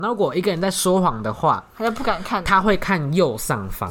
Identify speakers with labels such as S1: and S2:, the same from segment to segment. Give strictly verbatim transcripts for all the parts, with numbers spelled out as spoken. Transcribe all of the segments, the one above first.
S1: 那如果一个人在说谎的话，
S2: 他就不敢看，
S1: 他会看右上方。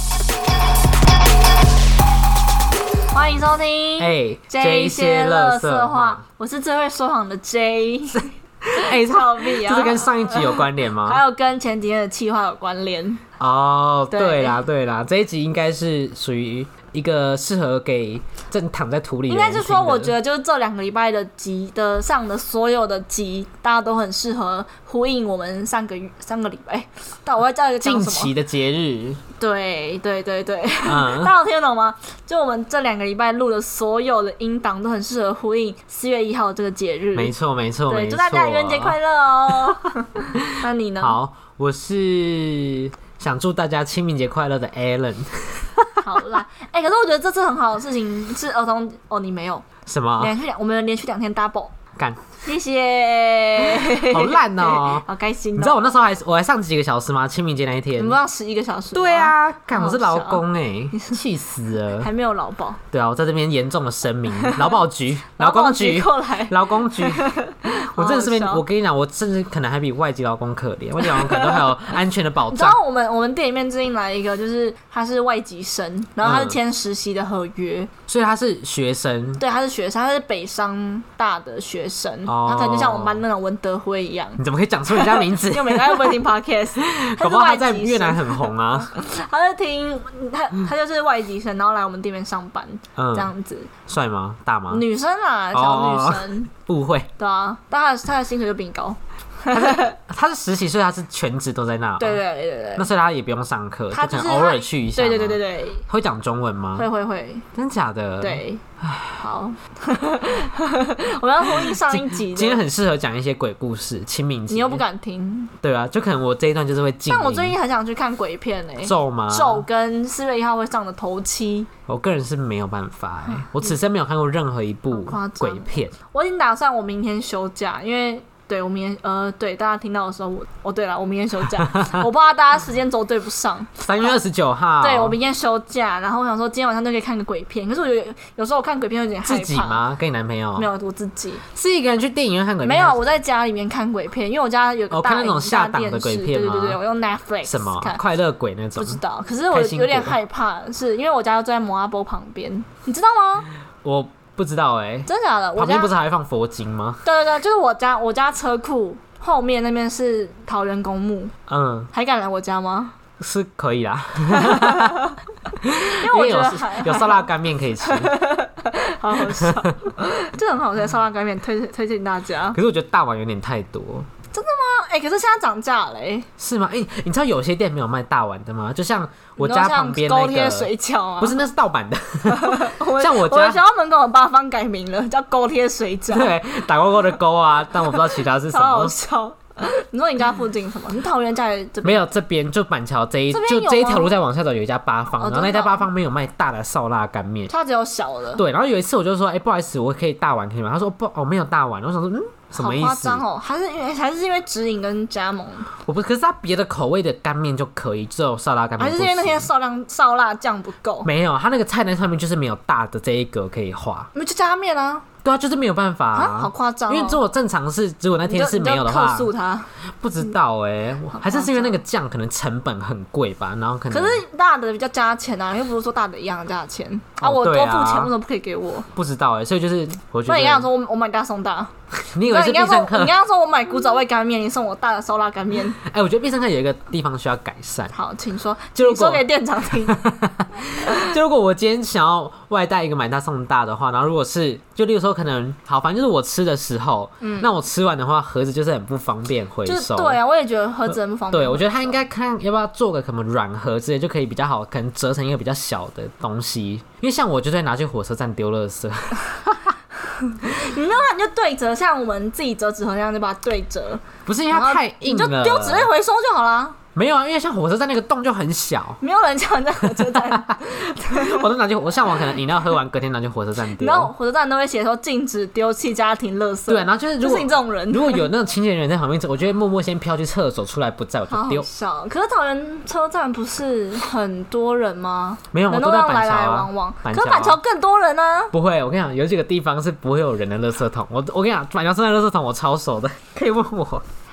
S2: 欢迎收听，
S1: 哎、欸，
S2: 这些垃圾话，我是最会说谎的 J。
S1: 哎、欸，
S2: 操逼啊！
S1: 这是跟上一集有关联吗？
S2: 还有跟前几天的企划有关联。
S1: 哦，对啦对啦，这一集应该是属于一个适合给正躺在土里的人听的。
S2: 应该是说，我觉得就是这两个礼拜的集的上的所有的集，大家都很适合呼应我们上个月上个礼拜。但我要叫一个
S1: 近期的节日。对
S2: 对对对，
S1: 嗯、
S2: 大家有听得懂吗？就我们这两个礼拜录的所有的音档都很适合呼应四月一号这个节日。
S1: 没错没错，
S2: 对，祝大家愚人节快乐哦！那你呢？
S1: 好，我是想祝大家清明节快乐的 Alan。
S2: 好啦，哎、欸，可是我觉得这次很好的事情是儿童哦，你没有
S1: 什么？
S2: 连续两，我们连续两天 double
S1: 干。
S2: 谢谢，
S1: 好烂哦、
S2: 好开心、喔！
S1: 你知道我那时候还我还上几个小时吗？清明节那一天，
S2: 你们要十一个小时？
S1: 对啊，干我是劳工哎、欸，气死了！
S2: 还没有劳保。
S1: 对啊，我在这边严重的声明，劳保局、劳工局
S2: 过来，
S1: 劳工局。我真的是边，我跟你讲，我甚至可能还比外籍劳工可怜，外籍劳工可能都还有安全的保障。
S2: 你知道我们我们店里面最近来一个，就是他是外籍生，然后他是签实习的合约、嗯，
S1: 所以他是学生。
S2: 对，他是学生，他是北商大的学生，
S1: 哦、
S2: 他可能就像我们班那种文德辉一样。
S1: 你怎么可以讲出人家名字？
S2: 因为每个人不会听 podcast，
S1: 搞不好他在越南很红啊。
S2: 他在听他，他就是外籍生，然后来我们店面上班，嗯、这样子。
S1: 帅吗？大吗？
S2: 女生啊，小女生。
S1: 误会。
S2: 对啊，但他的他的薪水就比你高。
S1: 他是他是实习，所以他是全职都在那。
S2: 对对对对对。
S1: 那所以他也不用上课，
S2: 他
S1: 就可能偶尔去一下。
S2: 对对对对对。
S1: 会讲中文吗？
S2: 会会会。
S1: 真假的？
S2: 对。好。我要呼应上一集。
S1: 今天很适合讲一些鬼故事，清明节。
S2: 你又不敢听。
S1: 对啊，就可能我这一段就是会静音。
S2: 但我最近很想去看鬼片诶、欸。
S1: 咒吗？
S2: 咒跟四月一号会上的头七。
S1: 我个人是没有办法哎、欸，我此生没有看过任何一部鬼片。
S2: 我已经打算我明天休假，因为对我明天呃，对大家听到的时候，我哦对了，我明天休假，我不知道大家时间轴对不上。
S1: 三月二十九号，
S2: 对我明天休假，然后我想说今天晚上就可以看个鬼片，可是我有有时候我看鬼片有点害怕。
S1: 自己吗？跟你男朋友？
S2: 没有，我自己。
S1: 是一个人去电影院看鬼片？
S2: 没有，我在家里面看鬼片，因为我家有个大、
S1: 哦、看那种下档的鬼片吗？
S2: 对对对，我用 Netflix
S1: 什么
S2: 看
S1: 快乐鬼那种？
S2: 不知道，可是我有点害怕，是因为我家就在摩阿波旁边，你知道吗？
S1: 我不知道哎、欸，
S2: 真的假的？
S1: 旁边不是还会放佛经吗？
S2: 对对对，就是我家我家车库后面那边是桃园公墓，嗯，还敢来我家吗？
S1: 是可以啦，
S2: 因为我觉得
S1: 有有烧腊干面可以吃，
S2: 好好笑，这很好吃的烧腊干面，推推荐大家。
S1: 可是我觉得大碗有点太多。
S2: 真的吗？哎、欸，可是现在涨价了、欸，
S1: 是吗？哎、欸，你知道有些店没有卖大碗的吗？就像我家旁边那个
S2: 高贴水饺啊，
S1: 不是，那是盗版的。像我家，
S2: 我的学校门口有八方改名了，叫高贴水饺。
S1: 对，打勾勾的勾啊，但我不知道其他是什么。
S2: 好好笑。你说你家附近什么？你桃园家里这边
S1: 没有？这边就板桥这一，就这一条路再往下走有一家八方，哦、然后那家八方没有卖大的烧腊干面，
S2: 它只有小的。
S1: 对，然后有一次我就说，哎、欸，不好意思，我可以大碗可以吗？他说不，哦，没有大碗。我想说，嗯。什么意思？
S2: 好夸张哦！还是因为还是因为直营跟加盟？
S1: 我不，可是它别的口味的干面就可以，只有烧腊干面。
S2: 还是因为那天烧量烧腊酱不够？
S1: 没有，它那个菜单上面就是没有大的这一格可以画。
S2: 你们就加面啊？
S1: 对啊，就是没有办法啊，
S2: 好夸张、哦！
S1: 因为如果正常是，如果那天是没有的话，
S2: 客诉他。
S1: 不知道哎、欸，还是是因为那个酱可能成本很贵吧，然后可能。
S2: 可是大的比较加钱啊，又不是说大的一样的价钱、哦、啊，我多付钱为什么不可以给我？
S1: 不知道哎、欸，所以就是我觉得。
S2: 那你刚刚说我我买大送大，
S1: 你以为是必胜客？
S2: 你刚刚说我买古早味干面，你送我大的烧腊干面。
S1: 哎、欸，我觉得必胜客有一个地方需要改善。
S2: 好，请说，请说给店长听。
S1: 就如果我今天想要外带一个买大送大的话，然后如果是就例如说可能好，反正就是我吃的时候，嗯，那我吃完的话，盒子就是很不方便回收。
S2: 对啊，我也觉得盒子很不方便。
S1: 对，我觉得他应该看要不要做个什么软盒之类，就可以比较好，可能折成一个比较小的东西。因为像我就会拿去火车站丢垃圾。
S2: 你没有看，你就对折，像我们自己折纸盒那样，就把它对折。
S1: 不是因为它太硬了，
S2: 你就丢纸类回收就好啦。
S1: 没有啊，因为像火车站那个洞就很小，
S2: 没有人叫你在火车站。
S1: 我都拿去，我像我可能饮料喝完，隔天拿去火车站丢。
S2: 然后火车站都会写说禁止丢弃家庭垃圾。
S1: 对，然后就是如果
S2: 就是你这种人，
S1: 如果有那种清洁人员在旁边，我就会默默先飘去厕所，出来不在我就丢。
S2: 好好笑。可是桃园车站不是很多人吗？
S1: 没有，
S2: 人
S1: 都在板桥啊，
S2: 来来往往。
S1: 可
S2: 是板桥更多人啊。
S1: 不会，我跟你讲，有几个地方是不会有人的垃圾桶。我我跟你讲，板桥车站垃圾桶我超熟的，可以问我。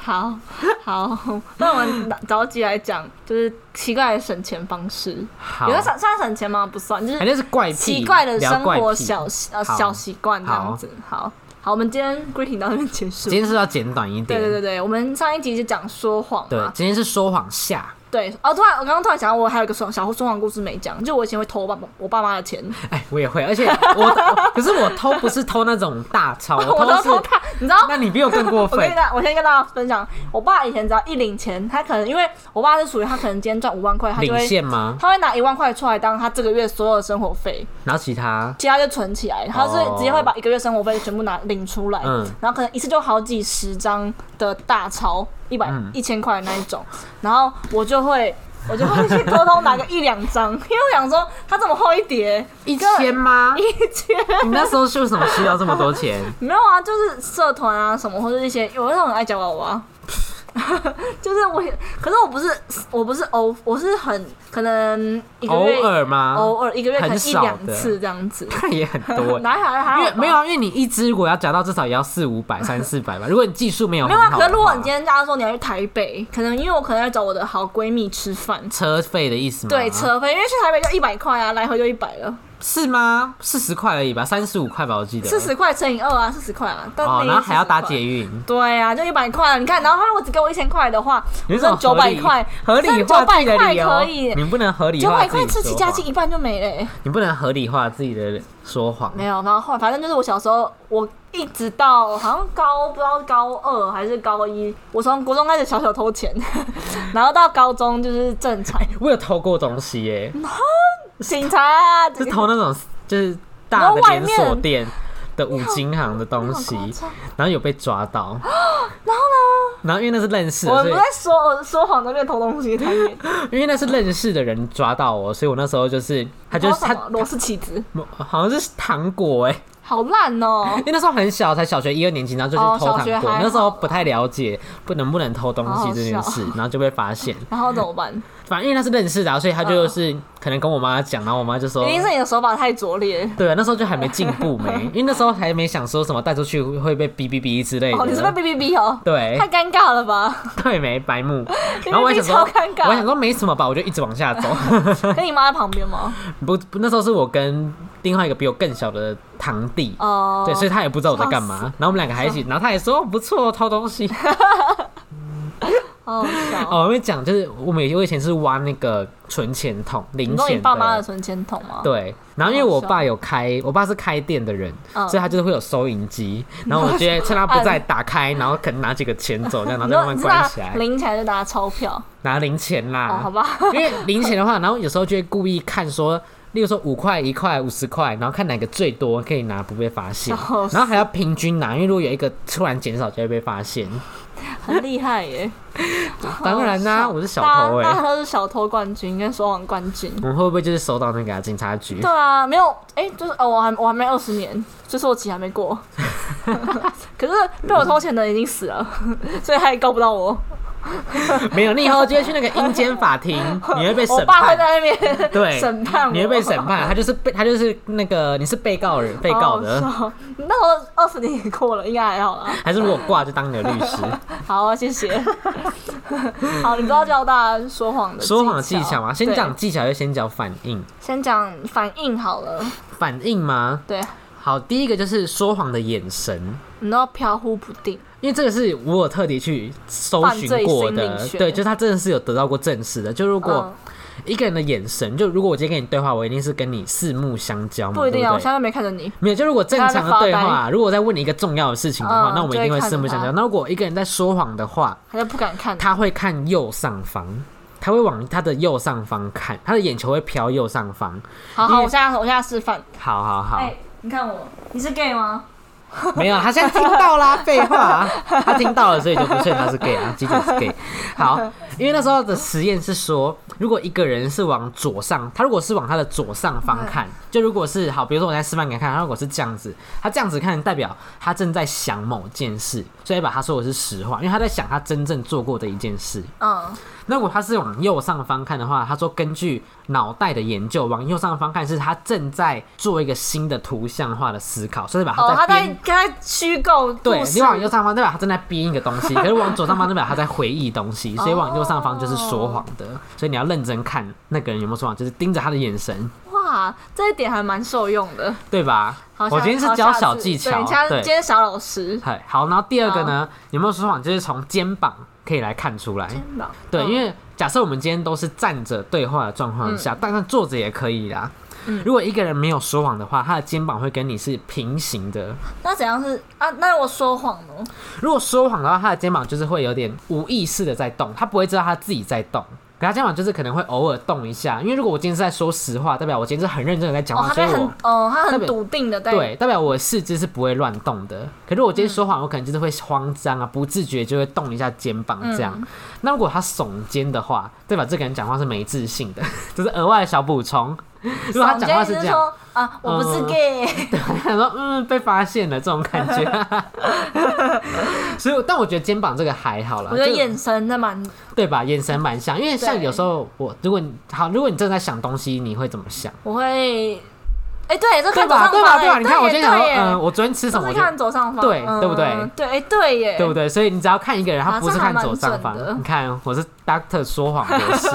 S2: 好好，那我们找几来讲，就是奇怪的省钱方式。
S1: 好，
S2: 有在算省钱吗？不算，就是
S1: 反正是怪癖，
S2: 奇怪的生活
S1: 小
S2: 呃小习惯这样子。好。好，我们今天 greeting 到这边结束。
S1: 今天是要简短一点。
S2: 对对对对，我们上一集就讲说谎嘛。
S1: 对，今天是说谎下。
S2: 对，哦，突然我刚刚突然想到，我还有一个小小说谎故事没讲，就我以前会偷我爸我爸妈的钱。
S1: 哎，我也会，而且我可是我偷不是偷那种大钞，我偷是
S2: 我都偷看，你知道？
S1: 那你比我更过分。
S2: 我跟你讲，我先跟大家分享，我爸以前只要一领钱，他可能因为我爸是属于他可能今天赚五万块，他就会
S1: 领现吗？
S2: 他会拿一万块出来当他这个月所有的生活费，
S1: 然后其他
S2: 其他就存起来，他是直接会把一个月生活费全部拿领出来，嗯，然后可能一次就好几十张的大钞，一百一千块那一种，然后我就会。我就会去偷偷拿个一两张，因为我想说它这么厚一叠，
S1: 一千吗？
S2: 一千？
S1: 你那时候为什么需要这么多钱？
S2: 没有啊，就是社团啊什么，或者一些，有那种很爱夹娃娃。就是我，可是我不是，我不是偶，我是很可能一个月
S1: 偶尔吗？
S2: 偶尔一个月可能一两次这样子，
S1: 那也很多。
S2: 哪还还
S1: 因为没有，因为你一支如果要夹到至少也要四五百、三四百吧。如果你技术没有很好的话，
S2: 没有啊。可是如果你今天假如说你要去台北，可能因为我可能要找我的好闺蜜吃饭，
S1: 车费的意思吗？
S2: 对，车费，因为去台北就一百块啊，来回就一百了。
S1: 是吗？四十块而已吧，三十五块吧，我记得。
S2: 四十块乘以二啊，四十块啊。
S1: 哦，然后还要搭捷运。
S2: 对啊，就一百块。你看，然后他如果只给我一千块的话，
S1: 你剩
S2: 九百块，
S1: 合理化自己的理由
S2: 可以。
S1: 你不能合理化。
S2: 九百块吃起家计一半就没了、欸。
S1: 你不能合理化自己的说谎。
S2: 没有，然后后来反正就是我小时候，我一直到好像高不知道高二还是高一，我从国中开始小小偷钱，然后到高中就是正常。
S1: 我有偷过东西耶、欸。
S2: 警察啊，
S1: 是偷那种就是大的连锁店的五金行的东西，然后有被抓到。然后呢？然后因为那是认识的，
S2: 我不在说我说谎都在偷东西，太远。
S1: 因为那是认识的人抓到我，所以我那时候就是他就是他
S2: 螺丝起子，
S1: 好像是糖果哎、欸。
S2: 好烂哦、喔！
S1: 因为那时候很小，才小学一二年级，然后就去偷糖果。哦、那时候不太了解不能不能偷东西这件事，然后就被发现。
S2: 然后怎么办？
S1: 反正因为他是认识的、啊，所以他就是可能跟我妈讲，然后我妈就说：“
S2: 一定是你的手法太拙劣。”
S1: 对啊，那时候就还没进步没，因为那时候还没想说什么带出去会被哔哔哔之类的。
S2: 哦，你是被哔哔哔哦？
S1: 对，
S2: 太尴尬了吧？
S1: 对，没白目。然后我还想说，我还想说没什么吧，我就一直往下走。
S2: 跟你妈在旁边吗？
S1: 不，那时候是我跟另外一个比我更小的堂弟。哦。对，所以他也不知道我在干嘛。然后我们两个还一起，然后他也说不错，偷东西。
S2: 哦，
S1: 哦，我跟你讲，就是我们我以前是挖那个存钱筒、零钱的。
S2: 你爸妈的存钱筒吗？
S1: 对，然后因为我爸有开，我爸是开店的人，嗯、所以他就是会有收银机，然后我觉得趁他不在打开，然后可能拿几个钱走，这样然后再慢慢关起来。
S2: 零起来就拿钞票，
S1: 拿零钱啦、
S2: 哦，好吧。
S1: 因为零钱的话，然后有时候就会故意看说。例如说五块、一块、五十块，然后看哪个最多可以拿不被发现，然后还要平均拿，因为如果有一个突然减少就会被发现。
S2: 很厉害耶！
S1: 当然啦、啊，我是小偷哎、欸，
S2: 大家都是小偷冠军跟说谎冠军。
S1: 我们会不会就是收到那个、啊、警察局？
S2: 对啊，没有哎、欸，就是哦，我还我还没二十年，追溯期还没过。可是被我偷钱的人已经死了，所以他也告不到我。
S1: 没有，你以后就会去那个阴间法庭，你会被审判。
S2: 我爸会在那边
S1: 对
S2: 审判我，
S1: 你会被审判。他就是被他就是那个你是被告人，被告的。
S2: 哦、那时候二十年也过了，应该还好啦。
S1: 还是如果挂就当你的律师。
S2: 好啊，谢谢。好，你不要教大家说谎的
S1: 说谎技巧吗？先讲技巧，就先讲反应。
S2: 先讲反应好了。
S1: 反应吗？
S2: 对。
S1: 好，第一个就是说谎的眼神，
S2: 你都要飘忽不定。
S1: 因为这个是我有特地去搜寻过的，对，就是他真的是有得到过证实的。就如果一个人的眼神，就如果我今天跟你对话，我一定是跟你四目相交嘛，
S2: 不一定啊，
S1: 对对
S2: 我现在没看着你。
S1: 没有，就如果正常的对话，如果我在问你一个重要的事情的话，嗯、那我们一定会四目相交。那如果一个人在说谎的话，
S2: 他就不敢看，
S1: 他会看右上方。他会往他的右上方看，他的眼球会飘右上方。
S2: 好好，我现在我现在示范。
S1: 好好好。哎、
S2: 欸，你看我，你是 gay 吗？
S1: 没有，他现在听到啦，废话、啊，他听到了，所以就不确定他是 gay 啊，基本是 gay。好，因为那时候的实验是说，如果一个人是往左上，他如果是往他的左上方看，就如果是好，比如说我在示范给你看，他如果是这样子，他这样子看，代表他正在想某件事，所以把他说的是实话，因为他在想他真正做过的一件事。嗯。那如果他是往右上方看的话，他说根据脑袋的研究，往右上方看是他正在做一个新的图像化的思考，所以把他在编
S2: 给他虚构。
S1: 对，你往右上方代表他正在编一个东西，可是往左上方代表他在回忆东西，所以往右上方就是说谎的。所以你要认真看那个人有没有说谎，就是盯着他的眼神。
S2: 哇，这一点还蛮受用的，
S1: 对吧？我今天是教小技巧，
S2: 对，今天小老师。
S1: 好，然后第二个呢，有没有说谎？就是从肩膀可以来看出来。肩膀，对，因为假设我们今天都是站着对话的状况下，当然坐着也可以啦。如果一个人没有说谎的话，他的肩膀会跟你是平行的。
S2: 那怎样是啊？那如果说谎呢？
S1: 如果说谎的话，他的肩膀就是会有点无意识的在动，他不会知道他自己在动。可他肩膀就是可能会偶尔动一下，因为如果我今天是在说实话，代表我今天是很认真的在讲话，
S2: 哦、所以我哦，他很笃定的在
S1: 对，代表我的四肢是不会乱动的。可是我今天说谎，我可能就是会慌张啊，不自觉就会动一下肩膀这样。嗯、那如果他耸肩的话，代表这个人讲话是没自信的，这是额外的小补充。如果他讲话是这样
S2: 说啊，我不是 gay，、
S1: 嗯、对，他说嗯被发现了这种感觉。所以，但我觉得肩膀这个还好啦。
S2: 我觉得眼神那蛮
S1: 对吧？眼神蛮像，因为像有时候我，如果你好，如果你正在想东西，你会怎么想？
S2: 我会，哎、欸，对，这看
S1: 左上方，对吧？对吧？你看我今天想说，嗯、呃，我昨天吃什么？
S2: 我就看左上方，
S1: 对，
S2: 嗯、
S1: 对不对？
S2: 对，哎、欸，对耶，
S1: 对不对？所以你只要看一个人，他不是看左上方，
S2: 啊、
S1: 你看我是 Doctor 说谎博士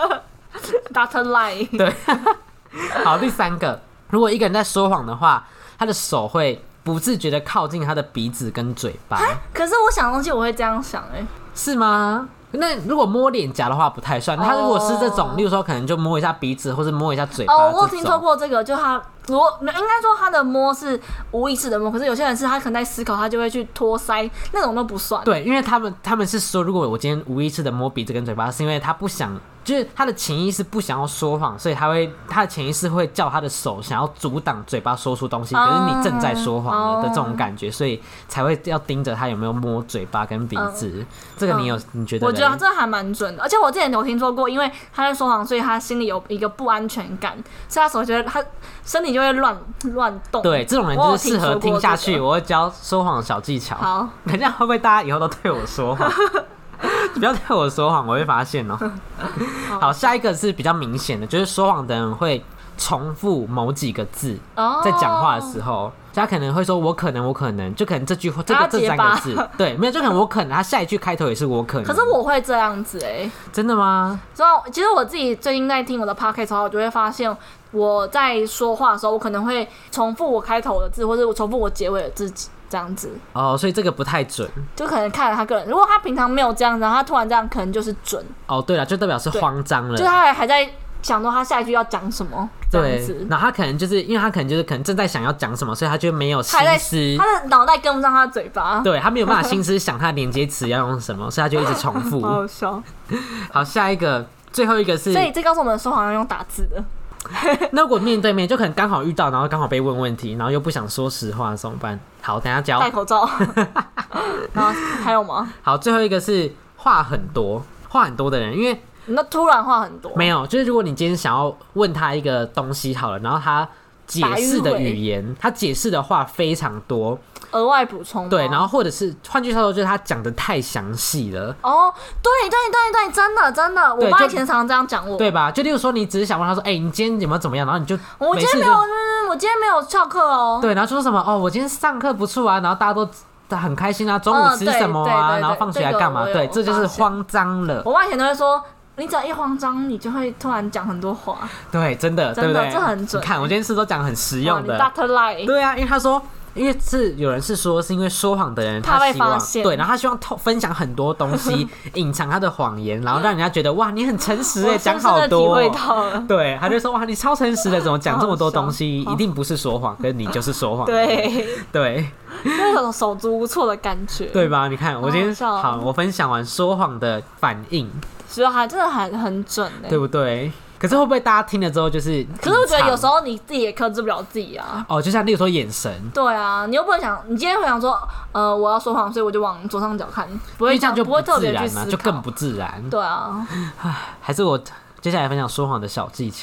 S2: ，Doctor Lie，
S1: 对。好，第三个，如果一个人在说谎的话，他的手会不自觉的靠近他的鼻子跟嘴巴。
S2: 可是我想东西，我会这样想、欸，哎，
S1: 是吗？那如果摸脸颊的话不太算，他如果是这种，例如说可能就摸一下鼻子或者摸一下嘴巴。
S2: 哦，我有听说过这个，就他如果应该说他的摸是无意识的摸，可是有些人是他可能在思考，他就会去托腮，那种都不算。
S1: 对，因为他们他们是说，如果我今天无意识的摸鼻子跟嘴巴，是因为他不想。就是他的潜意识不想要说谎，所以他会他的潜意识会叫他的手想要阻挡嘴巴说出东西，可是你正在说谎了的这种感觉，所以才会要盯着他有没有摸嘴巴跟鼻子。嗯、这个你有你觉得？
S2: 我觉得这还蛮准的，而且我之前有听说过，因为他在说谎，所以他心里有一个不安全感，所以他手觉得他身体就会乱乱动。
S1: 对，这种人就是适合听下去。我, 我会教说谎的小技巧。
S2: 好，
S1: 看这样会不会大家以后都对我说谎？不要对我说谎，我会发现哦、喔。好，下一个是比较明显的，就是说谎的人会重复某几个字，在讲话的时候，他可能会说“我可能，我可能”，就可能这句话这个这三个字，对，没有，就可能我可能，他下一句开头也是我可能。
S2: 可是我会这样子哎、欸，
S1: 真的吗？
S2: 知道，其实我自己最近在听我的 podcast 后，我就会发现我在说话的时候，我可能会重复我开头的字，或者我重复我结尾的字。这样子
S1: 哦，所以这个不太准，
S2: 就可能看了他个人。如果他平常没有这样子，然后他突然这样，可能就是准。
S1: 哦，对了，就代表是慌张了，
S2: 就是他还还在想到他下一句要讲什么，这样子。
S1: 然后他可能就是因为他可能就是可能正在想要讲什么，所以他就没有心思，
S2: 他的脑袋跟不上他的嘴巴，
S1: 对他没有办法心思想他的连接词要用什么，所以他就一直重复。
S2: 好好笑。
S1: 好，下一个，最后一个是，
S2: 所以这告诉我们说谎要用打字的。
S1: 那如果面对面，就可能刚好遇到，然后刚好被问问题，然后又不想说实话，怎么办？好，等一下教。
S2: 戴口罩。然后还有吗？
S1: 好，最后一个是话很多，话很多的人，因为
S2: 那突然话很多，
S1: 没有，就是如果你今天想要问他一个东西好了，然后他解释的语言，他解释的话非常多。
S2: 额外补充，
S1: 对，然后或者是换句话说，就是他讲的太详细了。
S2: 哦，对对对对，真的真的，我爸以前常常这样讲我，
S1: 对吧？就例如说，你只是想问他说，哎、欸，你今天有没有怎么样？然后你就
S2: 我今天没有，我今天没有翘课哦。
S1: 对，然后说什么哦，我今天上课不错啊，然后大家都很开心啊，中午吃什么啊，然后放学来干嘛？对，这就是慌张了。
S2: 我爸以前都会说。你只要一慌张，你就会突然讲很多话。
S1: 对，真的，
S2: 真的，
S1: 对不对？
S2: 这很准。
S1: 你看，我今天是都讲很实用的。
S2: Doctor Lie。
S1: 对啊，因为他说，因为是有人是说，是因为说谎的人他
S2: 怕被发现，
S1: 对，然后他希望透分享很多东西，隐藏他的谎言，然后让人家觉得哇，你很诚实哎，讲好多、
S2: 哦。
S1: 对，他就说哇，你超诚实的，怎么讲这么多东西？一定不是说谎，可是你就是说谎。
S2: 对
S1: 对，
S2: 那种手足无措的感觉，
S1: 对吧？你看，我今天 好, 好，我分享完说谎的反应。
S2: 所以还真的还很准哎、欸，
S1: 对不对？可是会不会大家听了之后就是？
S2: 可是我觉得有时候你自己也克制不了自己啊。
S1: 哦，就像例如说眼神。
S2: 对啊，你又不能想，你今天会想说，呃，我要说谎，所以我就往左上角看，不会
S1: 这样就
S2: 不会特别去
S1: 思考，就更不自然。
S2: 对啊，
S1: 还是我接下来分享说谎的小技巧。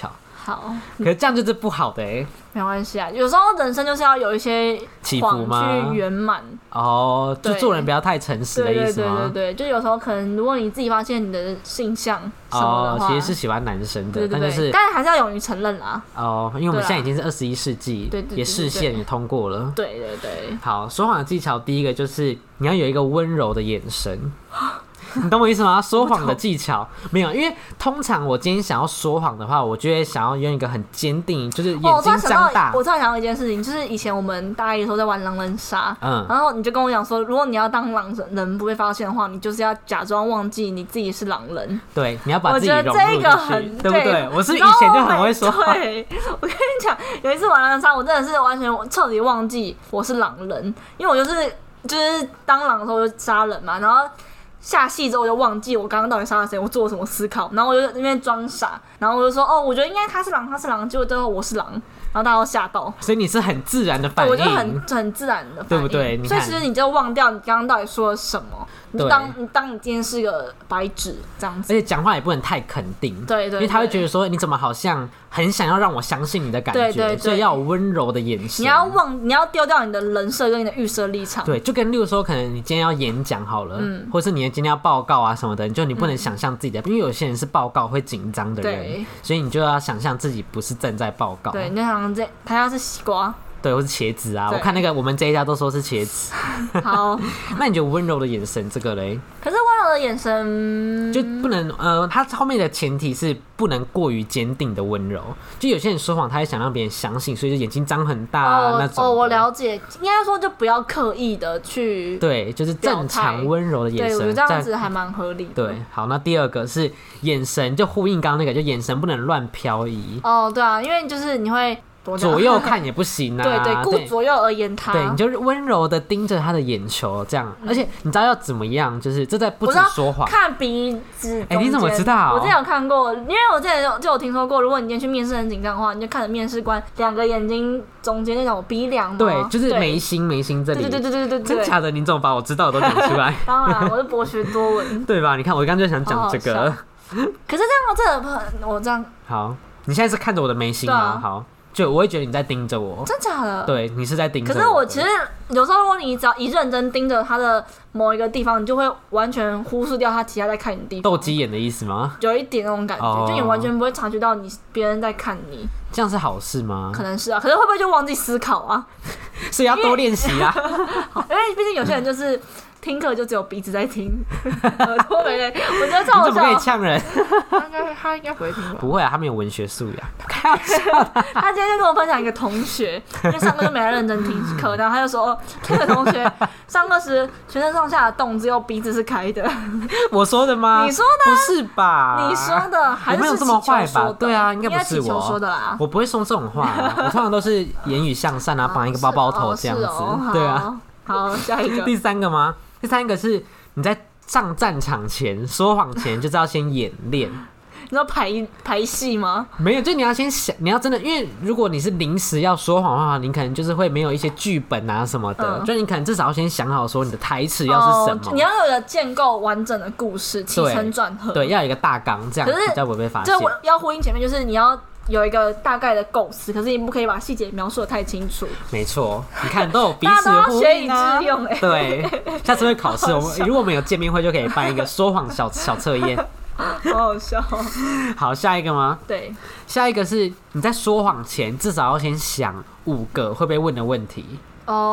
S2: 好，
S1: 可是这样就是不好的哎、欸。
S2: 没关系啊，有时候人生就是要有一些
S1: 起伏吗？
S2: 去圆满
S1: 哦，就做人不要太诚实的意思吗？
S2: 对对对对对，就有时候可能如果你自己发现你的性向什么的话，
S1: 哦，其实是喜欢男生的，
S2: 对对对，
S1: 但就是
S2: 但是还是要勇于承认啦。
S1: 哦，因为我们现在已经是二十一世纪，
S2: 对对对，
S1: 也视线也通过了。
S2: 对对对。
S1: 好，说谎的技巧第一个就是你要有一个温柔的眼神。你懂我意思吗？说谎的技巧没有，因为通常我今天想要说谎的话，我就会想要用一个很坚定，就是眼睛张大。
S2: 哦、我突然想到一件事情，就是以前我们大一的时候在玩狼人杀，
S1: 嗯，
S2: 然后你就跟我讲说，如果你要当狼人不被发现的话，你就是要假装忘记你自己是狼人。
S1: 对，你要把自己融入进去，
S2: 我觉得这个很
S1: 对不对？我是以前就很会说话。
S2: 对，我跟你讲，有一次玩狼人杀，我真的是完全彻底忘记我是狼人，因为我就是就是当狼的时候就杀人嘛，然后。下戏之后我就忘记我刚刚到底杀了谁，我做了什么思考，然后我就在那边装傻，然后我就说哦，我觉得应该他是狼，他是狼，结果最后我是狼，然后大家都吓到。
S1: 所以你是很自然的反应，
S2: 我就很很自然的反应，
S1: 对不对？
S2: 所以其实你就忘掉你刚刚到底说了什么，你当你当你今天是个白纸这样子，
S1: 而且讲话也不能太肯定，
S2: 对 对, 對，
S1: 因为他会觉得说你怎么好像很想要让我相信你的感觉，对对对，所以要有温柔的眼神。
S2: 你要忘，你要丢掉你的人设跟你的预设立场。
S1: 对，就跟例如说，可能你今天要演讲好了，嗯，或是你今天要报告啊什么的，就你不能想象自己的，嗯、因为有些人是报告会紧张的人，所以你就要想象自己不是正在报告。
S2: 对，你就想象这他要是西瓜。
S1: 对，或是茄子啊，我看那个我们这一家都说是茄子。
S2: 好，
S1: 那你觉得温柔的眼神这个嘞？
S2: 可是温柔的眼神
S1: 就不能呃，他后面的前提是不能过于坚定的温柔。就有些人说谎，他也想让别人相信，所以就眼睛张很大、啊
S2: 哦、
S1: 那种。
S2: 哦，我了解，应该说就不要刻意的去
S1: 对，就是正常温柔的眼神。
S2: 对，我觉得这样子还蛮合理的。
S1: 对，好，那第二个是眼神，就呼应刚刚那个，就眼神不能乱漂移。
S2: 哦，对啊，因为就是你会。
S1: 左右看也不行啊，
S2: 对对，顾左右而言他。
S1: 对，你就是温柔的盯着他的眼球，这样。嗯、而且你知道要怎么样？就是这在不止说谎，
S2: 看鼻子。
S1: 哎、欸，你怎么知道？
S2: 我之前有看过，因为我之前就就有听说过，如果你今天去面试很紧张的话，你就看着面试官两个眼睛中间那种鼻梁。
S1: 对，就是眉心眉心这里。
S2: 对对对对对对对。
S1: 真假的？你怎么把我知道的都讲出来？
S2: 当然，我是博学多闻。
S1: 对吧？你看，我刚刚就想讲这个。好好
S2: 可是这样，这我这样。
S1: 好，你现在是看着我的眉心吗？啊、好。就我会觉得你在盯着我，
S2: 真假的？
S1: 对，你是在盯着我。
S2: 可是我其实有时候，如果你只要一认真盯着他的某一个地方，你就会完全忽视掉他其他在看你的地方。
S1: 斗鸡眼的意思吗？
S2: 有一点那种感觉，哦、就你完全不会察觉到你别人在看你。
S1: 这样是好事吗？
S2: 可能是啊，可是会不会就忘记思考啊？
S1: 所以要多练习啊。
S2: 因为毕竟有些人就是听课就只有鼻子在听，耳朵没人。我觉得这种
S1: 你怎么可以呛人？
S2: 他应该他应该不会听吧？
S1: 不会啊，他没有文学素养。开玩笑的。
S2: 他今天就跟我分享一个同学，因为上课就没人认真听课，然后他就说那个同学上课时全身上下的动只有鼻子是开的。
S1: 我说的吗？
S2: 你说的？
S1: 不是吧？
S2: 你说的还是
S1: 我没有这么坏吧？对啊，应该不是我
S2: 说的啦。
S1: 我不会说这种话、啊，我通常都是言语向善啊，绑一个包包头这样子。
S2: 哦哦、
S1: 对啊。
S2: 好，下一个。
S1: 第三个吗？第三个是你在上战场前说谎前就是要先演练。
S2: 你知道排排戏吗？
S1: 没有，就你要先想，你要真的，因为如果你是临时要说谎的话，你可能就是会没有一些剧本啊什么的，嗯、就你可能至少要先想好说你的台词要是什么、哦，
S2: 你要有一个建构完整的故事，起承转合，
S1: 对，要有一个大纲，这样比较不会被发现。
S2: 这我要呼应前面，就是你要有一个大概的构思，可是你不可以把细节描述的太清楚。
S1: 没错，你看都有彼此呼应啊。
S2: 学以致用、欸，
S1: 对，下次会考试，我们如果我们有见面会，就可以办一个说谎小小测验。
S2: 好好笑。
S1: 好，下一个吗？
S2: 对，
S1: 下一个是你在说谎前至少要先想五个会被问的问题。
S2: 哦、oh ，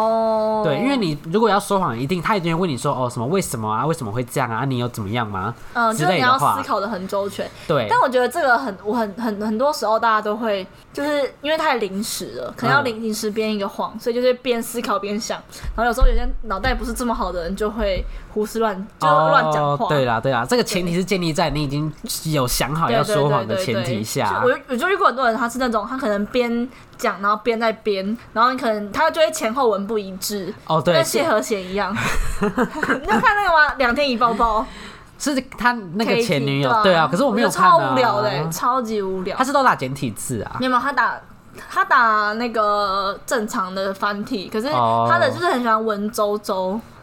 S1: 对，因为你如果要说谎，一定他一定会问你说哦什么为什么啊，为什么会这样啊，你有怎么样吗？
S2: 嗯，
S1: 之类的话，
S2: 就是你要思考的很周全。
S1: 对，
S2: 但我觉得这个很，我很很很多时候大家都会，就是因为太临时了，可能要临临时编一个谎，嗯、所以就是边思考边想。然后有时候有些脑袋不是这么好的人，就会胡思乱，就乱讲话。
S1: 哦、对啦对啦，这个前提是建立在你已经有想好要说谎的前提下。
S2: 我我就遇过很多人，他是那种他可能边讲，然后边在编，然后你可能他就会前后文不一致。
S1: 哦，对，
S2: 跟谢和弦一样。你有看那个吗？两天一抱抱。
S1: 是他那个前女友，对啊，可是我没有看、啊，
S2: 超无聊的、欸，超级无聊。
S1: 他是都打简体字啊？
S2: 没有，他打他打那个正常的繁体，可是他的就是很喜欢文绉绉。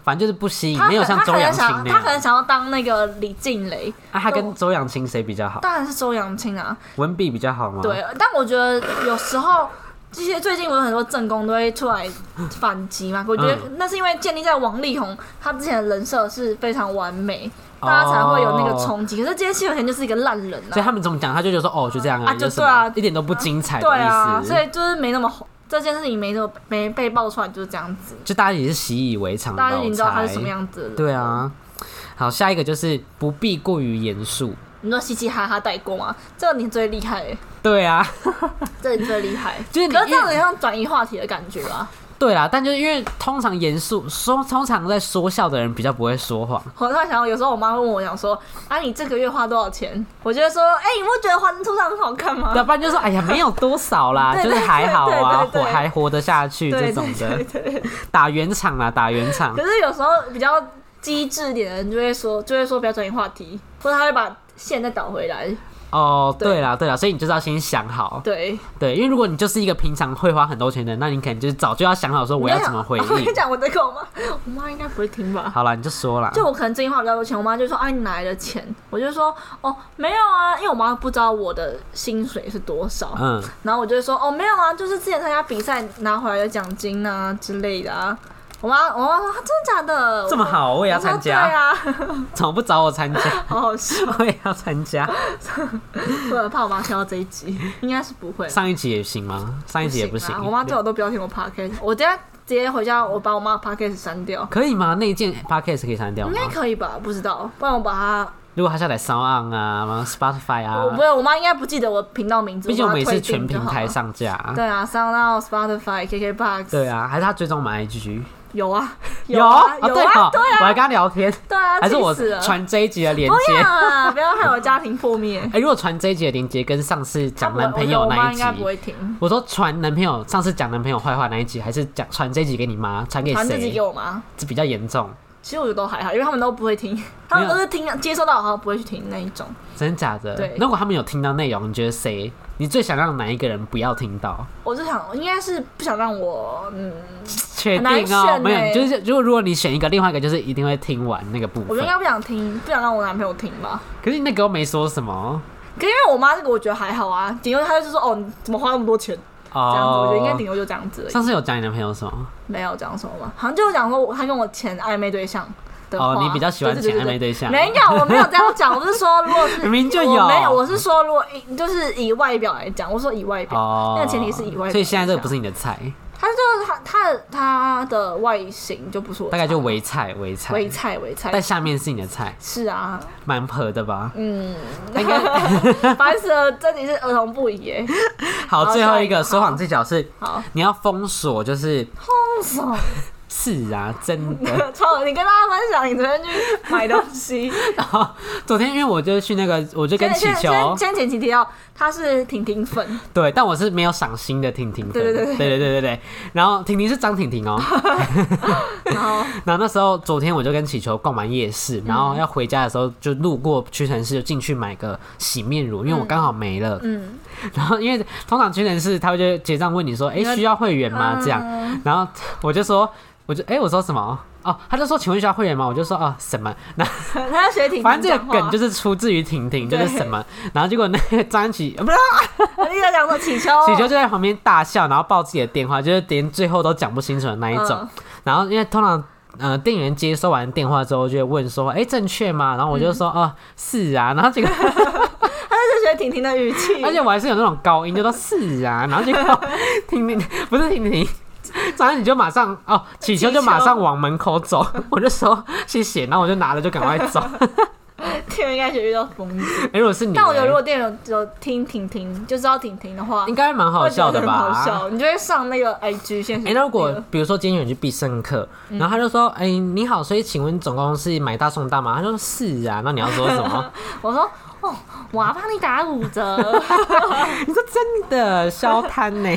S1: 反正就是不吸引，没有像周扬青那样。
S2: 他可能想要当那个李静蕾。
S1: 啊，他跟周扬青谁比较好？
S2: 当然是周扬青啊。
S1: 文笔比较好吗？
S2: 对，但我觉得有时候。这些最近我有很多正宫都会出来反击嘛，我觉得那是因为建立在王力宏他之前的人设是非常完美，大家才会有那个冲击。可是今天谢和弦就是一个烂人啊，
S1: 所以他们怎么讲，他就觉得说哦，就这样
S2: 啊，
S1: 就
S2: 对啊，
S1: 一点都不精彩的意思。
S2: 对啊，所以就是没那么红。这件事情没那么没被爆出来，就是这样子。
S1: 就大家也是习以为常，
S2: 大家已经知道他是什么样子的人。
S1: 对啊，好，下一个就是不必过于严肃。
S2: 你说嘻嘻哈哈带过吗？这个你最厉害、欸。
S1: 对啊，
S2: 这你最厉害。
S1: 就是
S2: 可是这样子像转移话题的感觉吧？
S1: 对啦，但就是因为通常严肃说，通常在说笑的人比较不会说谎。
S2: 我突然想到，有时候我妈会问我讲说：“啊，你这个月花多少钱？”我就会说：“哎、欸，你不觉得环出场很好看吗？”
S1: 要不然就说：“哎呀，没有多少啦，就是还好啊，我还活得下去这种的。”
S2: 对对对，
S1: 打圆场啦，打圆场。
S2: 可是有时候比较机智一点的人就会说，就会说不要转移话题，或者他会把线再倒回来。
S1: 哦，对啦，对啦，所以你就是要先想好，
S2: 对
S1: 对，因为如果你就是一个平常会花很多钱的人，那你可能就是早就要想好说我要怎么回应。
S2: 我跟你讲，我这个我妈，我妈应该不会听吧？
S1: 好啦，你就说啦。
S2: 就我可能最近花比较多钱，我妈就说：“啊，你哪来的钱？”我就说：“哦，没有啊，因为我妈不知道我的薪水是多少。”嗯，然后我就会说：“哦，没有啊，就是之前参加比赛拿回来的奖金啊之类的啊。”我妈，我妈说：“真的假的？
S1: 这么好，我也要参加。”
S2: 对啊，
S1: 怎么不找我参加？
S2: 好好笑，
S1: 我也要参加。
S2: 我怕我妈听到这一集，应该是不会。
S1: 上一集也行吗？上一集也不行。
S2: 我妈最好都不要听我 podcast， 我等下直接回家，我把我妈 podcast 删掉。
S1: 可以吗？那一件 podcast 可以删掉吗？
S2: 应该可以吧？不知道，不然我把它。
S1: 如果他下载 SoundOn 啊、Spotify 啊，
S2: 我不会，我妈应该不记得我频道名字。
S1: 毕竟我们也是全平台上架。
S2: 对啊 ，SoundOn、Spotify、K K Box。
S1: 对啊，还是他追踪我们 I G。
S2: 有啊，
S1: 有
S2: 啊，有啊，
S1: 对啊，我还跟他聊天。
S2: 对啊，
S1: 还是我传这一集的连接。
S2: 不要啊，不要害我家庭破灭。
S1: 哎，如果传这一集的连接跟上次讲男朋友那一集，
S2: 我妈应该不会听。
S1: 我说传男朋友，上次讲男朋友坏话那一集，还是讲传这一集给你妈，传给谁？
S2: 传这集给我妈，
S1: 这比较严重。
S2: 其实我觉得都还好，因为他们都不会听，他们都是听接收到，好像不会去听那一种。
S1: 真的假的？
S2: 对。
S1: 如果他们有听到内容，你觉得谁？你最想让哪一个人不要听到？
S2: 我就想，应该是不想让我，嗯，
S1: 确定哦，没有，就是如果如果你选一个，另外一个就是一定会听完那个部分。
S2: 我应该不想听，不想让我男朋友听吧。
S1: 可是你那个又没说什么。
S2: 可是因为我妈这个，我觉得还好啊，顶多她就说哦，你怎么花那么多钱？这样子，我觉得应该顶多就这样子而已。
S1: 上次有讲你男朋友什么？
S2: 没有讲什么吧？好像就讲说他跟我前暧昧对象。
S1: 哦，你比较喜欢前暧昧对象？
S2: 没有，我没有这样讲。我是说，如果是
S1: 明明就有，
S2: 没有，我是说，如果就是以外表来讲，我说以外表，哦、那个前提是以外表。
S1: 所以现在这个不是你的菜。
S2: 他就是他他的他的外形就不是我的菜，
S1: 大概就微菜微菜
S2: 微菜微菜，
S1: 但下面是你的菜。
S2: 是啊，
S1: 蛮合的吧？
S2: 嗯，应该烦死了，这里是儿童不宜耶。
S1: 好，最后一个说谎技巧是，你要封锁，就是
S2: 封锁。
S1: 是啊，真的。
S2: 超，你跟大家分享你昨天去买东西。
S1: 然后昨天因为我就去那个，我就跟祈求。
S2: 先先前期提到他是婷婷粉，
S1: 对，但我是没有赏心的婷婷粉。
S2: 对对对对
S1: 对对对对。然后婷婷是张婷婷哦。然后然后那时候昨天我就跟祈求逛完夜市，然后要回家的时候就路过屈臣氏，就进去买个洗面乳，因为我刚好没了。嗯。然后因为通常屈臣氏他会就结账问你说，哎，需要会员吗？这样。然后我就说。我就哎、欸，我说什么？哦，他就说请问需要会员吗？我就说哦什么？那
S2: 他要学婷婷，
S1: 反正这个梗就是出自于婷婷，就是什么？然后结果那个张琪不是，
S2: 你在讲说祈求，
S1: 祈求就在旁边大笑，然后报自己的电话，就是连最后都讲不清楚的那一种。嗯、然后因为通常呃店员接收完电话之后就会问说，哎、欸、正确吗？然后我就说、嗯、哦是啊，然后结果他
S2: 就是学婷婷的语气，
S1: 而且我还是有那种高音，就说是啊，然后结果婷婷不是婷婷。然后你就马上哦，祈求就马上往门口走，我就说谢谢，然后我就拿了就赶快走。
S2: 店员应该觉得遇到疯子。
S1: 哎，如果是你，
S2: 但我觉得如果店员有听婷婷，就知道婷婷的话，
S1: 应该蛮好笑的吧？
S2: 好笑，你就会上那个 I G 先。
S1: 哎，那如果比如说今天有人去必胜客，然后他就说，哎，你好，所以请问总共是买大送大吗？他说是啊，那你要说什么？
S2: 我说哦，我要帮你打五折。
S1: 你说真的消摊呢？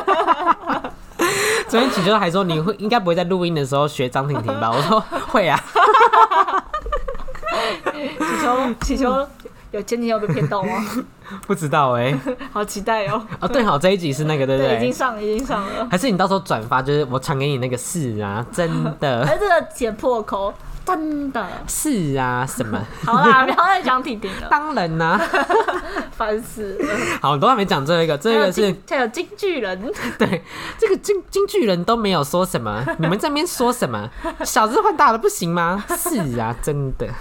S1: 昨天祈求还说你会应该不会在录音的时候学张婷婷吧？我说会啊。
S2: 祈求祈求有前几天有被骗到吗？
S1: 不知道哎、欸，
S2: 好期待哦！
S1: 哦对，好，这一集是那个对不对？
S2: 对，已经上了，已经上了。
S1: 还是你到时候转发，就是我传给你那个是啊，真的。
S2: 哎，这个剪破口，真的。
S1: 是啊，什么？
S2: 好啦，不要再讲婷婷了。
S1: 当然啦、啊，
S2: 烦死了。
S1: 好，都还没讲这个，这个是
S2: 还有京剧人。
S1: 对，这个京京剧人都没有说什么，你们在那边说什么？小子换大的不行吗？是啊，真的。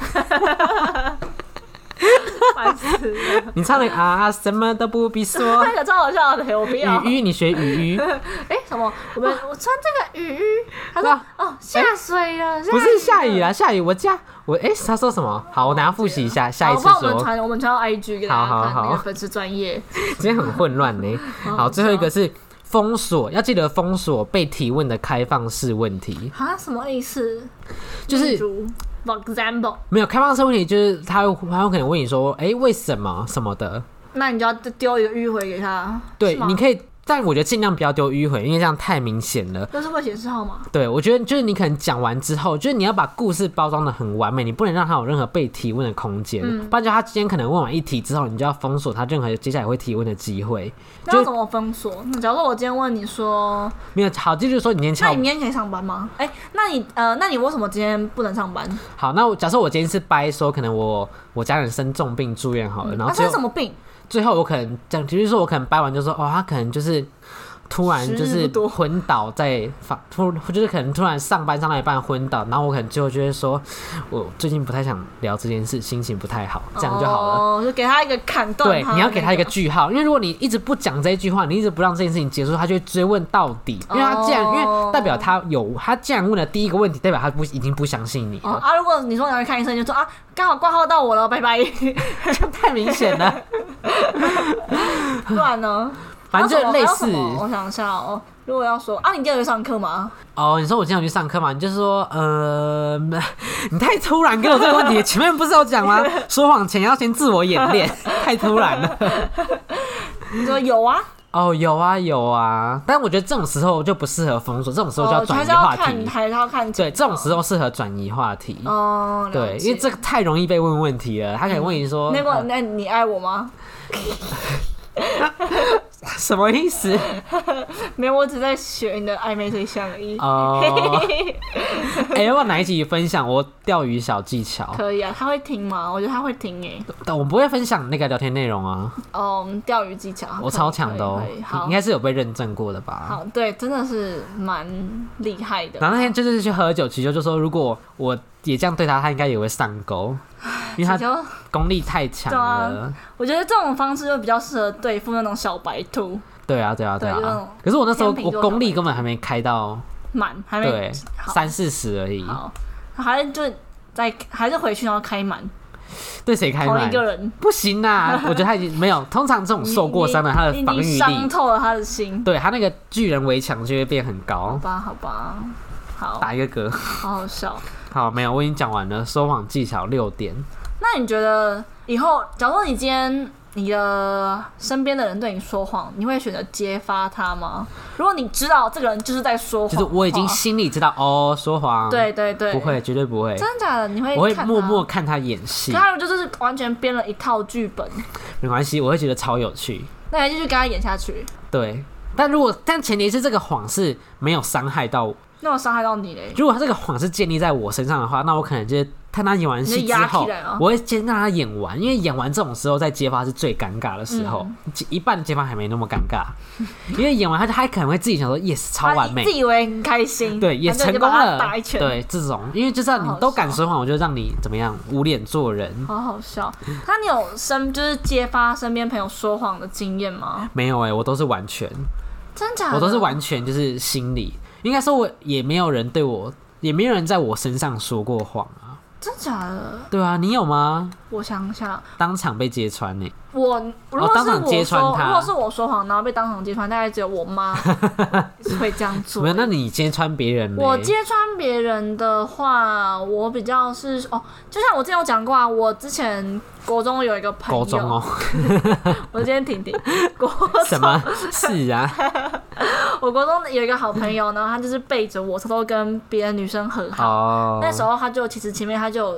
S2: 烦死了！
S1: 你唱那个啊，什么都不必说，
S2: 那个超好笑的，我不要。
S1: 雨雨，你学雨雨。
S2: 哎、欸，什么？我们我穿这个雨雨，他说、啊、哦下水了，欸、
S1: 不是下雨啦，下雨我家我哎、欸，他说什么？好，我等下复习一下，下一次说。
S2: 我们传我们传到 I G 给大家看，好好好那个粉丝专页。
S1: 今天很混乱呢。好，最后一个是封锁，要记得封锁被提问的开放式问题。
S2: 啊，什么意思？
S1: 就是
S2: For example，
S1: 没有开放式问题，就是他会他会可能问你说，哎、欸，为什么什么的，
S2: 那你就要丢一个迂回给他。
S1: 对，你可以，但我觉得尽量不要丢迂回，因为这样太明显了。
S2: 那是会显示号码。
S1: 对，我觉得就是你可能讲完之后，就是你要把故事包装的很完美，你不能让他有任何被提问的空间、嗯，不然就他今天可能问完一题之后，你就要封锁他任何接下来会提问的机会。
S2: 那要怎么封锁？假如说我今天问你说，
S1: 没有好，这就是说你今天
S2: 那你明天可以上班吗？哎、欸，那你呃，那你为什么今天不能上班？
S1: 好，那我假设我今天是掰说，可能我我家人生重病住院好了，嗯、然后
S2: 他、啊、生什么病？
S1: 最后我可能讲，比如说我可能掰完就说，哦，他可能就是突然就是昏倒在房，突就是可能突然上班上到一半昏倒，然后我可能最后就会说，我最近不太想聊这件事，心情不太好，这样就好了。
S2: 哦，就给他一个砍断、那個。
S1: 对，你要给他一个句号，因为如果你一直不讲这一句话，你一直不让这件事情结束，他就会追问到底，因为他既然、哦、因为代表他有，他既然问了第一个问题，代表他不已经不相信你了。
S2: 哦、啊，如果你说你要去看医生，你就说啊，刚好挂号到我了，拜拜，
S1: 这太明显了。
S2: 不然呢？
S1: 反正就类似，
S2: 我想一下哦。如果要说啊，你今天有去上课吗？
S1: 哦，你说我今天有去上课吗？你就说呃，你太突然给我这个问题，前面不是有讲吗？说谎前要先自我演练，太突然了。
S2: 你说有啊？
S1: 哦，有啊有啊，但我觉得这种时候就不适合封锁，这种时候就要转移话题。
S2: 哦、还是要看，
S1: 对，这种时候适合转移话题。
S2: 哦，
S1: 对，因为这个太容易被问问题了。他可以问你说：“
S2: 那个，那你爱我吗？”
S1: 什么意思？
S2: 没有，我只在学你的暧昧对象而已。
S1: 哦，哎、欸，要不要哪一集分享我钓鱼小技巧？
S2: 可以啊，他会听吗？我觉得他会听诶。
S1: 但我不会分享那个聊天内容啊。
S2: 哦，钓鱼技巧，
S1: 我超强的哦，应该是有被认证过的吧？
S2: 好，对，真的是蛮厉害的。
S1: 然后那天就是去喝酒，祈求就说，如果我也这样对他，他应该也会上钩。因为他功力太强了、啊，
S2: 我觉得这种方式就比较适合对付那种小白兔。
S1: 对啊，对啊，对啊。可是我那时候我功力根本还没开到
S2: 满，还没
S1: 对三四十而已。
S2: 好，还是就再还是回去然后开满。
S1: 对谁开满？
S2: 同一个人
S1: 不行啊！我觉得他已经没有。通常这种受过伤的，他的防御力
S2: 伤透了他的心。
S1: 对他那个巨人围墙就会变很高。
S2: 好吧，好吧，好，
S1: 打一个嗝。
S2: 好好笑。
S1: 好，没有，我已经讲完了。说谎技巧六点。
S2: 那你觉得以后，假如说你今天你的身边的人对你说谎，你会选择揭发他吗？如果你知道这个人就是在说谎，
S1: 就是我已经心里知道哦，说谎，
S2: 对对对，
S1: 不会，绝对不会，
S2: 真的假的？你会看他，
S1: 我会默默看他演戏。
S2: 他就是完全编了一套剧本，
S1: 没关系，我会觉得超有趣。
S2: 那你继续跟他演下去。
S1: 对，但如果但前提是这个谎是没有伤害到我。
S2: 那我伤害到你嘞？
S1: 如果他这个谎是建立在我身上的话，那我可能就是看他演完戏之后，我会先让他演完，因为演完这种时候再揭发是最尴尬的时候，嗯、一半的揭发还没那么尴尬，因为演完他他可能会自己想说 yes 超完美，
S2: 自以为很开心，
S1: 对，也成功了，
S2: 打一拳，
S1: 对，这种因为就知道你都敢说谎，我就让你怎么样无脸做人，
S2: 好好笑。他你有身就是揭发身边朋友说谎的经验吗？
S1: 没有哎、欸，我都是完全，
S2: 真假的？
S1: 我都是完全就是心里。应该说，我也没有人对我，也没有人在我身上说过谎啊。
S2: 真假的？
S1: 对啊，你有吗？
S2: 我想一下，
S1: 当场被揭穿呢、欸。
S2: 我如果是我说、哦、
S1: 当场揭穿他，
S2: 如果是我说谎，然后被当场揭穿，大概只有我妈会这样做。
S1: 没有，那你揭穿别人呢？
S2: 我揭穿别人的话，我比较是哦，就像我之前有讲过啊，我之前国中有一个朋友，
S1: 国中哦，
S2: 我今天婷婷，国中
S1: 什么是啊？
S2: 我国中有一个好朋友，然后他就是背着我偷偷跟别的女生和好。
S1: 哦、
S2: 那时候他就其实前面他就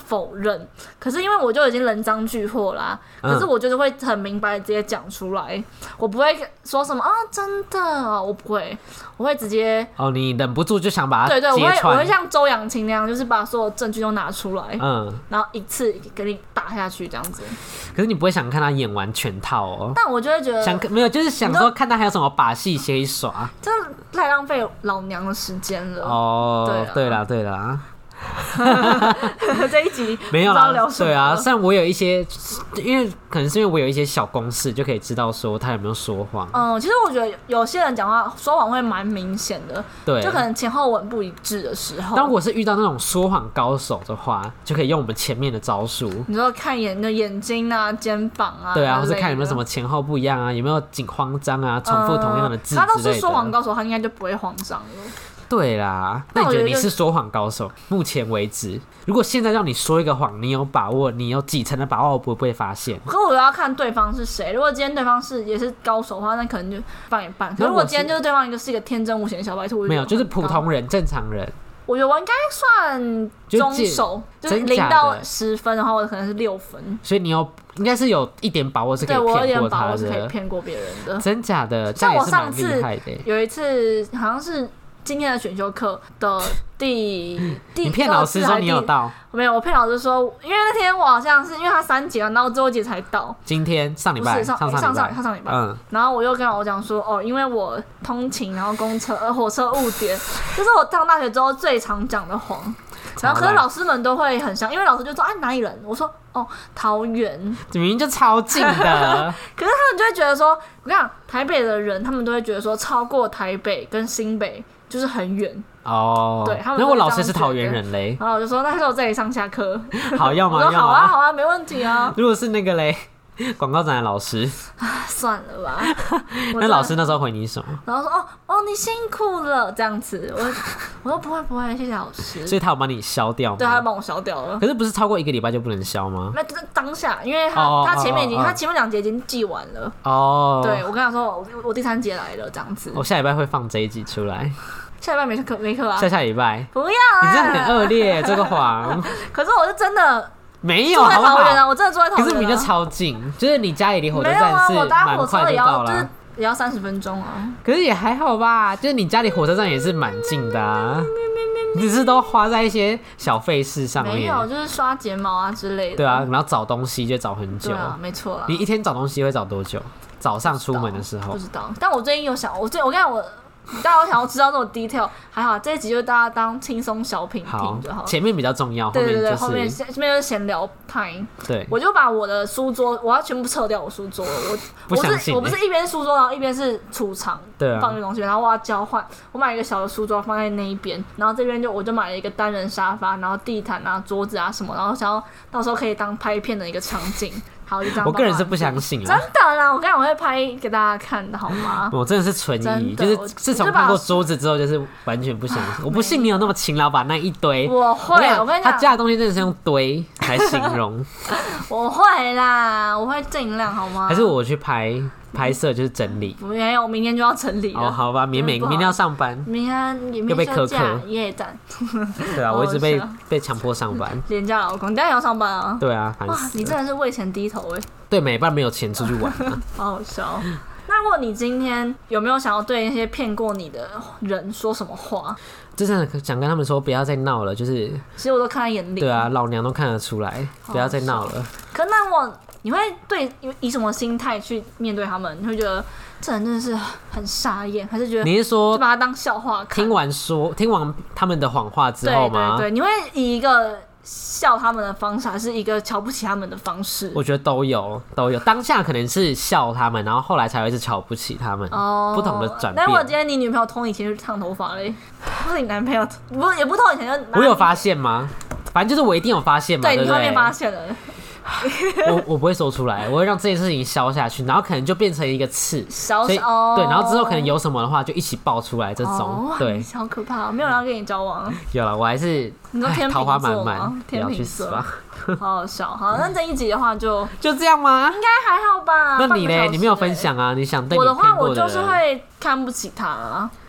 S2: 否认，可是因为我就已经人赃俱获啦，可是我就是会很明白直接讲出来，我不会说什么啊真的，我不会，我会直接
S1: 哦，你忍不住就想把它
S2: 对对，我
S1: 揭穿，
S2: 会我会像周扬青那样，就是把所有证据都拿出来，嗯，然后一次给你打下去这样子。
S1: 可是你不会想看他演完全套哦？
S2: 但我就会觉得
S1: 想没有，就是想说看他还有什么把戏可以耍，
S2: 真的太浪费老娘的时间了。
S1: 哦，对啦对啦。
S2: 这一集
S1: 没有啦，
S2: 聊什么
S1: 对啊，虽然我有一些，因为可能是因为我有一些小公式，就可以知道说他有没有说谎。
S2: 嗯，其实我觉得有些人讲话说谎会蛮明显的，对，就可能前后文不一致的时候。
S1: 当我是遇到那种说谎高手的话，就可以用我们前面的招数。
S2: 你说看眼的眼睛啊、肩膀啊，
S1: 对啊，或是看有没有什么前后不一样啊，有没有紧慌张啊，重复同样的字之类的。
S2: 他都是说谎高手，他应该就不会慌张了。
S1: 对啦，那你觉得你是说谎高手？目前为止，如果现在让你说一个谎，你有把握，你有几成的把握不会被发现？
S2: 可我要看对方是谁。如果今天对方是也是高手的话，那可能就半一半。可如果今天就是对方一个是一个天真无邪的小白兔，
S1: 没有，就是普通人、正常人。
S2: 我觉得我应该算中手，就是零到十分的话，我可能是六分。
S1: 所以你有应该是有一点把握是可以骗过他的，对，我有点把握是可以
S2: 骗过别人的。
S1: 真假的？
S2: 像我上次有一次好像是。今天的选修课的第第，
S1: 你骗老师说你有到？
S2: 没有，我骗老师说，因为那天我好像是因为他三节了，然后最后一节才到。
S1: 今天上礼拜，
S2: 上上上上上礼拜，嗯，然后我又跟老师讲说，哦，因为我通勤，然后公车、呃火车误点，这是我上大学之后最常讲的谎。然后可是老师们都会很像，因为老师就说哎哪里人？我说哦桃园，
S1: 明明就超近的。
S2: 可是他们就会觉得说，我跟你讲，台北的人他们都会觉得说，超过台北跟新北就是很远
S1: 哦。对，他们。那我老师是桃园人嘞，
S2: 然后我就说那时候我这里上下课。
S1: 好要吗？
S2: 我说好啊好啊，没问题啊。
S1: 如果是那个嘞。广告展的老师，
S2: 算了吧。
S1: 那老师那时候回你什么？
S2: 然后说哦哦，你辛苦了这样子。我我说不会不会，谢谢老师。
S1: 所以他有帮你消掉吗？
S2: 对，他帮我消掉了。
S1: 可是不是超过一个礼拜就不能消吗？
S2: 那就是当下，因为他、oh, 他前面已经、oh, oh, oh. 他前面两节已经记完了。哦。Oh. 对，我跟他说我我第三节来了这样子。
S1: 我、oh, 下礼拜会放这一集出来。
S2: 下礼拜没课没课啊？
S1: 下下礼拜
S2: 不要啊！
S1: 你真的很恶劣，这个谎。
S2: 可是我是真的。
S1: 没有，
S2: 住在桃园啊！我真的住在桃园、啊。
S1: 可是明明就超近，就是你家里离火车站是蛮快就到了，就是
S2: 也要三十分钟啊。
S1: 可是也还好吧，就是你家里火车站也是蛮近的啊，只是都花在一些小费事上面。
S2: 没有，就是刷睫毛啊之类的。
S1: 对啊，然后找东西就找很久。
S2: 对啊，没错啊。
S1: 你一天找东西会找多久？早上出门的时候？
S2: 不知道。但我最近有想，我最我跟你讲我。大家想要知道这种 detail， 还好这一集就大家当轻松小品听就好。
S1: 前面比较重要，
S2: 对对对，
S1: 后
S2: 面前面就是闲聊 time。
S1: 对，
S2: 我就把我的书桌，我要全部撤掉我书桌了。我
S1: 不相信、欸，
S2: 我不是一边书桌，然后一边是储藏，
S1: 对啊，
S2: 放这东西，然后我要交换。我买一个小的书桌放在那一边，然后这边就我就买了一个单人沙发，然后地毯啊、桌子啊什么，然后想要到时候可以当拍片的一个场景。好，就这样。
S1: 我个人是不相信啊，
S2: 真的啦！我刚才我会拍给大家看的，好吗？
S1: 我真的是存疑，就是自从看过桌子之后，就是完全不相信。我不信你有那么勤劳把那一堆，
S2: 我会，我跟你
S1: 讲，他家的东西真的是用堆来形容。
S2: 我会啦，我会尽量，好吗？
S1: 还是我去拍拍摄，就是整理。
S2: 没有，我明天就要整理了。
S1: 哦，好吧，明明明天要上班，
S2: 明天也
S1: 又被苛刻
S2: 夜战。
S1: 对啊，我一直被被强迫上班。
S2: 廉价老公，你当然要上班啊。
S1: 对啊，哇，
S2: 你真的是为钱低头哎。
S1: 对，每半没有钱出去玩啊。
S2: 好好笑。那如果你今天有没有想要对那些骗过你的人说什么话？
S1: 真的想跟他们说不要再闹了，就是
S2: 其实我都看在眼里。
S1: 对啊，老娘都看得出来，不要再闹了。
S2: 可那我你会对以什么心态去面对他们？你会觉得这人真的是很傻眼，还是觉得
S1: 你是说
S2: 就把他当笑话看？
S1: 听完说听完他们的谎话之后吗？
S2: 对对对，你会以一个笑他们的方式，还是一个瞧不起他们的方式？
S1: 我觉得都有，都有。当下可能是笑他们，然后后来才会是瞧不起他们。哦，不同的转变。
S2: 那如果今天你女朋友偷你钱去烫头发嘞，不是你男朋友，不也不偷你钱就？
S1: 我有发现吗？反正就是我一定有发现嘛，对不对？
S2: 对，你后面发现了。
S1: 我我不会说出来，我会让这件事情消下去，然后可能就变成一个刺，
S2: 所以、
S1: 哦、对，然后之后可能有什么的话就一起爆出来这种，哦、对，
S2: 好可怕，没有人要跟你交往。
S1: 有了，我还是
S2: 你说天
S1: 桃花满满，
S2: 天秤座，好好笑。好，那这一集的话就
S1: 就这样吗？
S2: 应该还好吧。
S1: 那你嘞？你没有分享啊？你想对你
S2: 我的话，我就是会看不起他、啊。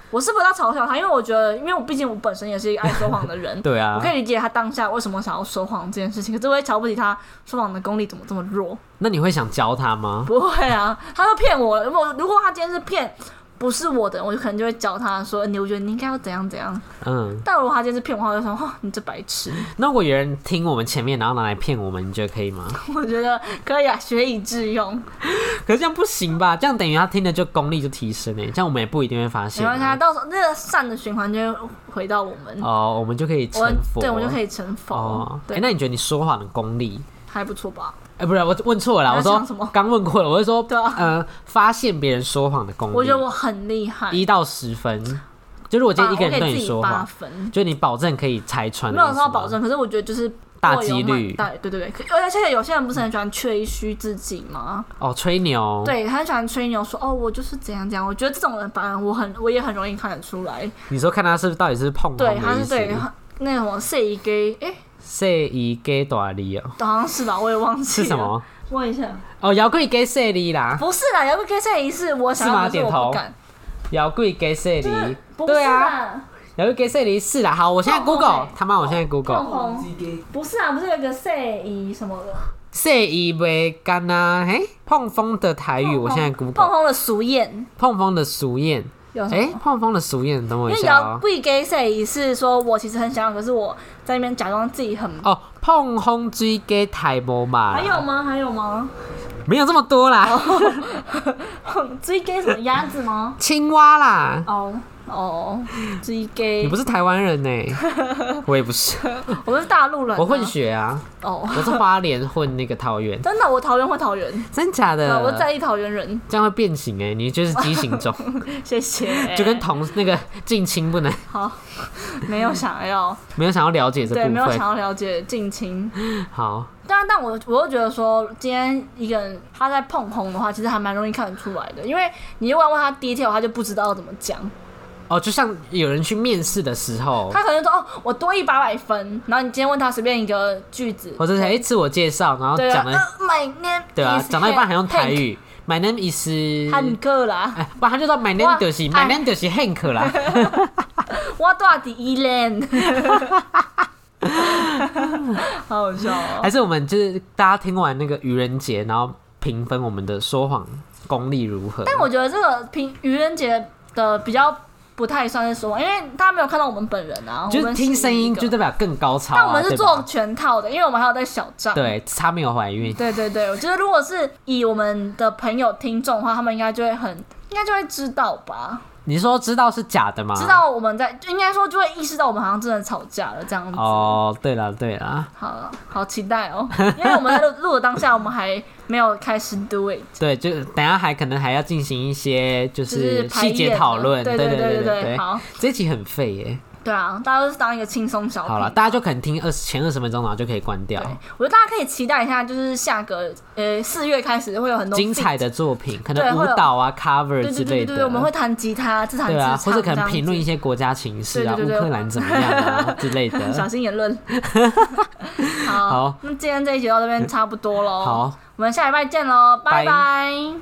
S2: 我是不知道嘲笑他，因为我觉得，因为我毕竟我本身也是一个爱说谎的人，
S1: 对啊，
S2: 我可以理解他当下为什么想要说谎这件事情，可是我会瞧不起他说谎的功力怎么这么弱。
S1: 那你会想教他吗？
S2: 不会啊，他都骗我了。如果如果他今天是骗不是我的，我就可能就会教他说，你我觉得你应该要怎样怎样。嗯，但如果他今天是骗我，我就说，哦，你这白痴。
S1: 那如果有人听我们前面，然后拿来骗我们，你觉得可以吗？
S2: 我觉得可以啊，学以致用。
S1: 可是这样不行吧？这样等于他听的就功力就提升哎，这样我们也不一定会发现、啊。
S2: 没关系，到时候那个善的循环就会回到我们。
S1: 哦，我们就可以成佛。
S2: 对，我们就可以成佛。哦，
S1: 对、欸。那你觉得你说谎的功力
S2: 还不错吧？
S1: 哎、欸，不是，我问错了啦，我说刚问过了，我是说，
S2: 对啊，
S1: 呃，发现别人说谎的功力，
S2: 我觉得我很厉害，
S1: 一到十分。就如果今天一个人对你说谎，就你保证可以拆穿，
S2: 没有说保证，可是我觉得就是
S1: 大几率，
S2: 对对对，而且有些人不是很喜欢吹嘘自己吗？
S1: 哦，吹牛，
S2: 对，他很喜欢吹牛说，哦，我就是怎样怎样。我觉得这种人，反正我很，我也很容易看得出来。
S1: 你说看他是不是到底是碰红的意思？
S2: 对，他是对那种色一给，哎，
S1: 色一给大力哦，
S2: 好像是吧，我也忘记了。
S1: 是什么？
S2: 问一下。
S1: 哦，摇柜给色力啦。
S2: 不是啦，摇柜给色力是我想要，可是我不敢。
S1: 摇柜给色力，
S2: 对啊。
S1: 摇柜给色力是啦。好，我现在 Google， 他妈，我现在 Google。
S2: 碰红。不是啊，不是有个色一什么的。
S1: 色一袂干啊？嘿，碰风的台语，我现在 Google。
S2: 碰风的俗谚。碰
S1: 风的俗谚。哎、欸，碰风的俗谚，等我一下、哦。
S2: 因为摇柜给色力是说我其实很想要，可是我在那边假装自己很。
S1: 哦，碰风水给台无嘛？
S2: 还有吗？还有吗？
S1: 没有这么多啦。
S2: 水给什么鸭子吗？
S1: 青蛙啦。
S2: 哦。哦，水给。
S1: 你不是台湾人呢、欸？我也不是，
S2: 我是大陆人、啊。
S1: 我混血啊。哦，我是花莲混那个桃园。
S2: 真的，我桃园混桃园。
S1: 真假的？
S2: 我在意桃园人。
S1: 这样会变形哎、欸，你就是畸形种。
S2: 谢谢。
S1: 就跟同那个近亲不能。
S2: 好，没有想要。
S1: 没有想要了解这部分。
S2: 对，没有想要了解近亲。
S1: 好。
S2: 但但我我又觉得说，今天一个人他在碰红的话，其实还蛮容易看得出来的，因为你如果问他 detail， 他就不知道怎么讲。
S1: 哦，就像有人去面试的时候，
S2: 他可能说哦，我多一八百分，然后你今天问他随便一个句子，
S1: 或者是哎自我介绍，然后讲的、
S2: 啊呃、，My name
S1: 对啊，讲到一半还用台语 ，My name is
S2: Hank 啦，
S1: 哎，不然他就说 My name 就是 My name 就是 Hank 啦，
S2: 我住在宜兰，好好笑哦。
S1: 还是我们就是大家听完那个愚人节，然后评分我们的说谎功力如何？
S2: 但我觉得这个评愚人节的比较。不太算是说谎，因为大家没有看到我们本人啊，
S1: 就是听声音就代表更高超、啊。
S2: 但我们是做全套的，因为我们还有在小账。
S1: 对，他没有怀孕。
S2: 对对对，我觉得如果是以我们的朋友听众的话，他们应该就会很，应该就会知道吧。
S1: 你说知道是假的吗？
S2: 知道我们在，应该说就会意识到我们好像真的吵架了这样子。
S1: 哦，对了对了，
S2: 好好期待哦，因为我们在录录的当下，我们还没有开始 do it。
S1: 对，就等一下还可能还要进行一些就是细节讨论。
S2: 对对对对 对, 对，好，
S1: 这集很废耶。
S2: 对啊，大家都是当一个轻松小品。
S1: 好了，大家就可能听二十前二十分钟，然后就可以关掉。
S2: 我觉得大家可以期待一下，就是下个呃四月开始会有很多
S1: 精彩的作品，可能舞蹈啊、cover 之类的。对对对对，
S2: 我们会弹吉他，自弹自唱，对啊，
S1: 或者可能评论一些国家情势啊，乌克兰怎么样啊之类的。
S2: 小心言论。好，那今天这一集到这边差不多喽。
S1: 好，
S2: 我们下礼拜见喽，拜拜。